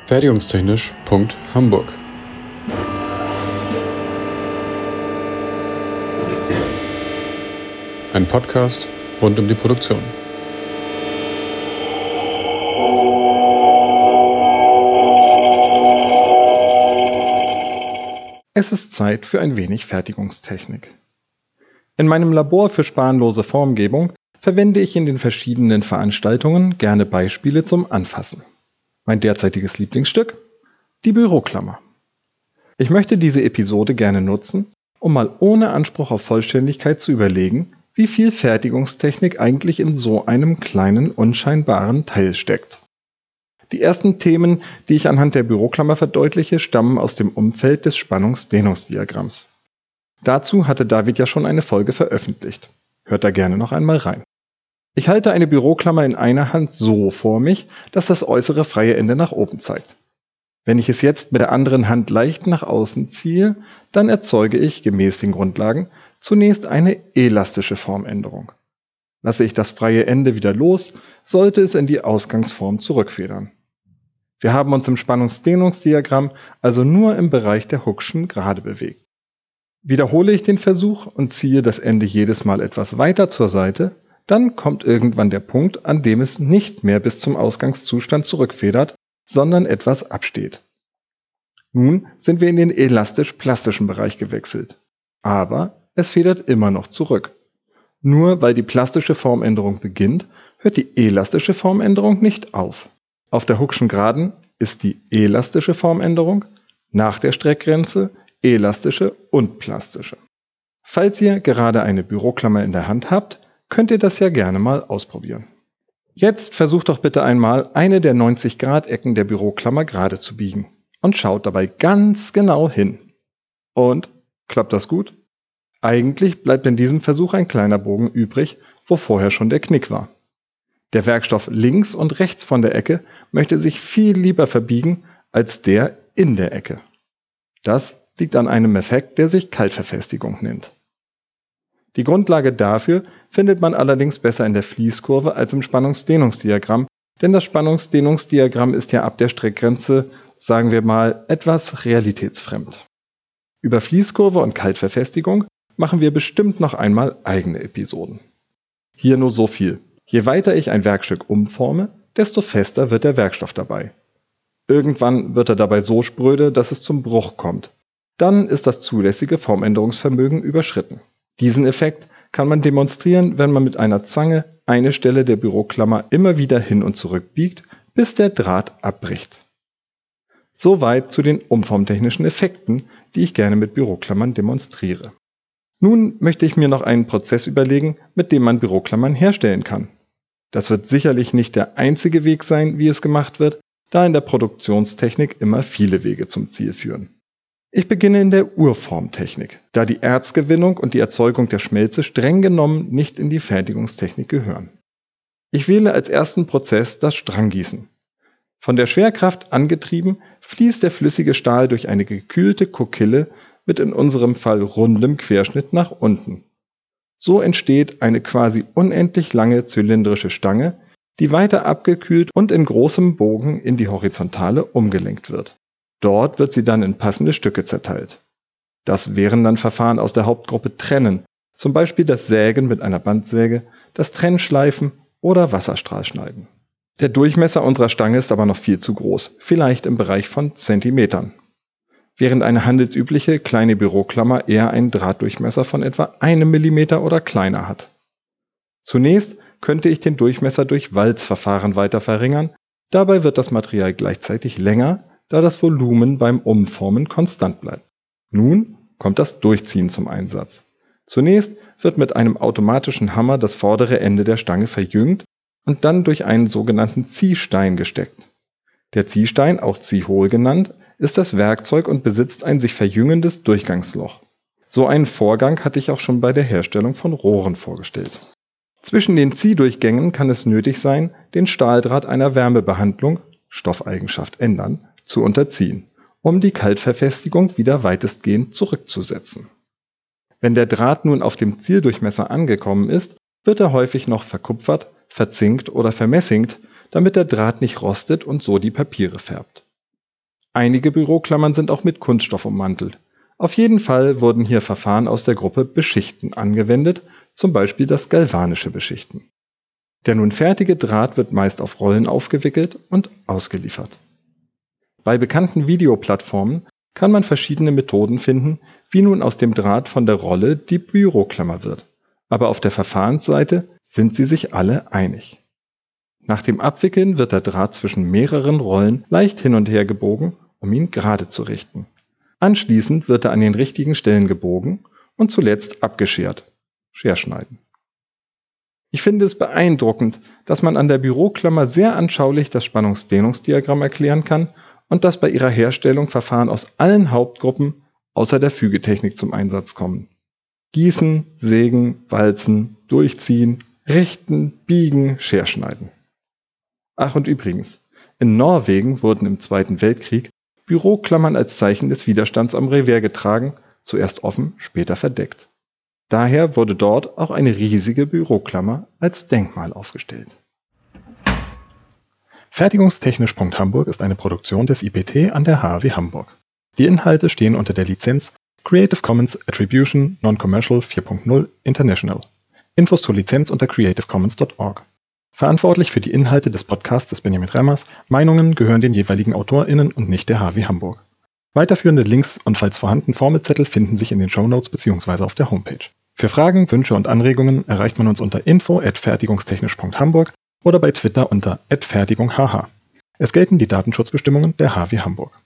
Fertigungstechnisch.Hamburg. Ein Podcast rund um die Produktion. Es ist Zeit für ein wenig Fertigungstechnik. In meinem Labor für spanlose Formgebung verwende ich in den verschiedenen Veranstaltungen gerne Beispiele zum Anfassen. Mein derzeitiges Lieblingsstück? Die Büroklammer. Ich möchte diese Episode gerne nutzen, um mal ohne Anspruch auf Vollständigkeit zu überlegen, wie viel Fertigungstechnik eigentlich in so einem kleinen, unscheinbaren Teil steckt. Die ersten Themen, die ich anhand der Büroklammer verdeutliche, stammen aus dem Umfeld des Spannungsdehnungsdiagramms. Dazu hatte David ja schon eine Folge veröffentlicht. Hört da gerne noch einmal rein. Ich halte eine Büroklammer in einer Hand so vor mich, dass das äußere freie Ende nach oben zeigt. Wenn ich es jetzt mit der anderen Hand leicht nach außen ziehe, dann erzeuge ich, gemäß den Grundlagen, zunächst eine elastische Formänderung. Lasse ich das freie Ende wieder los, sollte es in die Ausgangsform zurückfedern. Wir haben uns im Spannungsdehnungsdiagramm also nur im Bereich der Hooke'schen Gerade bewegt. Wiederhole ich den Versuch und ziehe das Ende jedes Mal etwas weiter zur Seite, dann kommt irgendwann der Punkt, an dem es nicht mehr bis zum Ausgangszustand zurückfedert, sondern etwas absteht. Nun sind wir in den elastisch-plastischen Bereich gewechselt. Aber es federt immer noch zurück. Nur weil die plastische Formänderung beginnt, hört die elastische Formänderung nicht auf. Auf der Hooke'schen Geraden ist die elastische Formänderung, nach der Streckgrenze elastische und plastische. Falls ihr gerade eine Büroklammer in der Hand habt, könnt ihr das ja gerne mal ausprobieren. Jetzt versucht doch bitte einmal, eine der 90-Grad-Ecken der Büroklammer gerade zu biegen und schaut dabei ganz genau hin. Und? Klappt das gut? Eigentlich bleibt in diesem Versuch ein kleiner Bogen übrig, wo vorher schon der Knick war. Der Werkstoff links und rechts von der Ecke möchte sich viel lieber verbiegen als der in der Ecke. Das liegt an einem Effekt, der sich Kaltverfestigung nennt. Die Grundlage dafür findet man allerdings besser in der Fließkurve als im Spannungsdehnungsdiagramm, denn das Spannungsdehnungsdiagramm ist ja ab der Streckgrenze, sagen wir mal, etwas realitätsfremd. Über Fließkurve und Kaltverfestigung machen wir bestimmt noch einmal eigene Episoden. Hier nur so viel. Je weiter ich ein Werkstück umforme, desto fester wird der Werkstoff dabei. Irgendwann wird er dabei so spröde, dass es zum Bruch kommt. Dann ist das zulässige Formänderungsvermögen überschritten. Diesen Effekt kann man demonstrieren, wenn man mit einer Zange eine Stelle der Büroklammer immer wieder hin und zurück biegt, bis der Draht abbricht. Soweit zu den umformtechnischen Effekten, die ich gerne mit Büroklammern demonstriere. Nun möchte ich mir noch einen Prozess überlegen, mit dem man Büroklammern herstellen kann. Das wird sicherlich nicht der einzige Weg sein, wie es gemacht wird, da in der Produktionstechnik immer viele Wege zum Ziel führen. Ich beginne in der Urformtechnik, da die Erzgewinnung und die Erzeugung der Schmelze streng genommen nicht in die Fertigungstechnik gehören. Ich wähle als ersten Prozess das Stranggießen. Von der Schwerkraft angetrieben, fließt der flüssige Stahl durch eine gekühlte Kokille mit in unserem Fall rundem Querschnitt nach unten. So entsteht eine quasi unendlich lange zylindrische Stange, die weiter abgekühlt und in großem Bogen in die Horizontale umgelenkt wird. Dort wird sie dann in passende Stücke zerteilt. Das wären dann Verfahren aus der Hauptgruppe Trennen, zum Beispiel das Sägen mit einer Bandsäge, das Trennschleifen oder Wasserstrahlschneiden. Der Durchmesser unserer Stange ist aber noch viel zu groß, vielleicht im Bereich von Zentimetern. Während eine handelsübliche kleine Büroklammer eher einen Drahtdurchmesser von etwa 1 mm oder kleiner hat. Zunächst könnte ich den Durchmesser durch Walzverfahren weiter verringern, dabei wird das Material gleichzeitig länger, da das Volumen beim Umformen konstant bleibt. Nun kommt das Durchziehen zum Einsatz. Zunächst wird mit einem automatischen Hammer das vordere Ende der Stange verjüngt und dann durch einen sogenannten Ziehstein gesteckt. Der Ziehstein, auch Ziehhohl genannt, ist das Werkzeug und besitzt ein sich verjüngendes Durchgangsloch. So einen Vorgang hatte ich auch schon bei der Herstellung von Rohren vorgestellt. Zwischen den Ziehdurchgängen kann es nötig sein, den Stahldraht einer Wärmebehandlung, Stoffeigenschaft ändern, zu unterziehen, um die Kaltverfestigung wieder weitestgehend zurückzusetzen. Wenn der Draht nun auf dem Zieldurchmesser angekommen ist, wird er häufig noch verkupfert, verzinkt oder vermessingt, damit der Draht nicht rostet und so die Papiere färbt. Einige Büroklammern sind auch mit Kunststoff ummantelt. Auf jeden Fall wurden hier Verfahren aus der Gruppe Beschichten angewendet, zum Beispiel das galvanische Beschichten. Der nun fertige Draht wird meist auf Rollen aufgewickelt und ausgeliefert. Bei bekannten Videoplattformen kann man verschiedene Methoden finden, wie nun aus dem Draht von der Rolle die Büroklammer wird. Aber auf der Verfahrensseite sind sie sich alle einig. Nach dem Abwickeln wird der Draht zwischen mehreren Rollen leicht hin und her gebogen, um ihn gerade zu richten. Anschließend wird er an den richtigen Stellen gebogen und zuletzt abgeschert. Scherschneiden. Ich finde es beeindruckend, dass man an der Büroklammer sehr anschaulich das Spannungsdehnungsdiagramm erklären kann und dass bei ihrer Herstellung Verfahren aus allen Hauptgruppen außer der Fügetechnik zum Einsatz kommen. Gießen, sägen, walzen, durchziehen, richten, biegen, Scherschneiden. Ach und übrigens, in Norwegen wurden im Zweiten Weltkrieg Büroklammern als Zeichen des Widerstands am Revers getragen, zuerst offen, später verdeckt. Daher wurde dort auch eine riesige Büroklammer als Denkmal aufgestellt. Fertigungstechnisch.hamburg ist eine Produktion des IPT an der HAW Hamburg. Die Inhalte stehen unter der Lizenz Creative Commons Attribution Non-Commercial 4.0 International. Infos zur Lizenz unter creativecommons.org. Verantwortlich für die Inhalte des Podcasts ist Benjamin Remmers. Meinungen gehören den jeweiligen AutorInnen und nicht der HAW Hamburg. Weiterführende Links und falls vorhanden Formelzettel finden sich in den Shownotes bzw. auf der Homepage. Für Fragen, Wünsche und Anregungen erreicht man uns unter info@fertigungstechnisch.hamburg oder bei Twitter unter @fertigunghh. Es gelten die Datenschutzbestimmungen der HAW Hamburg.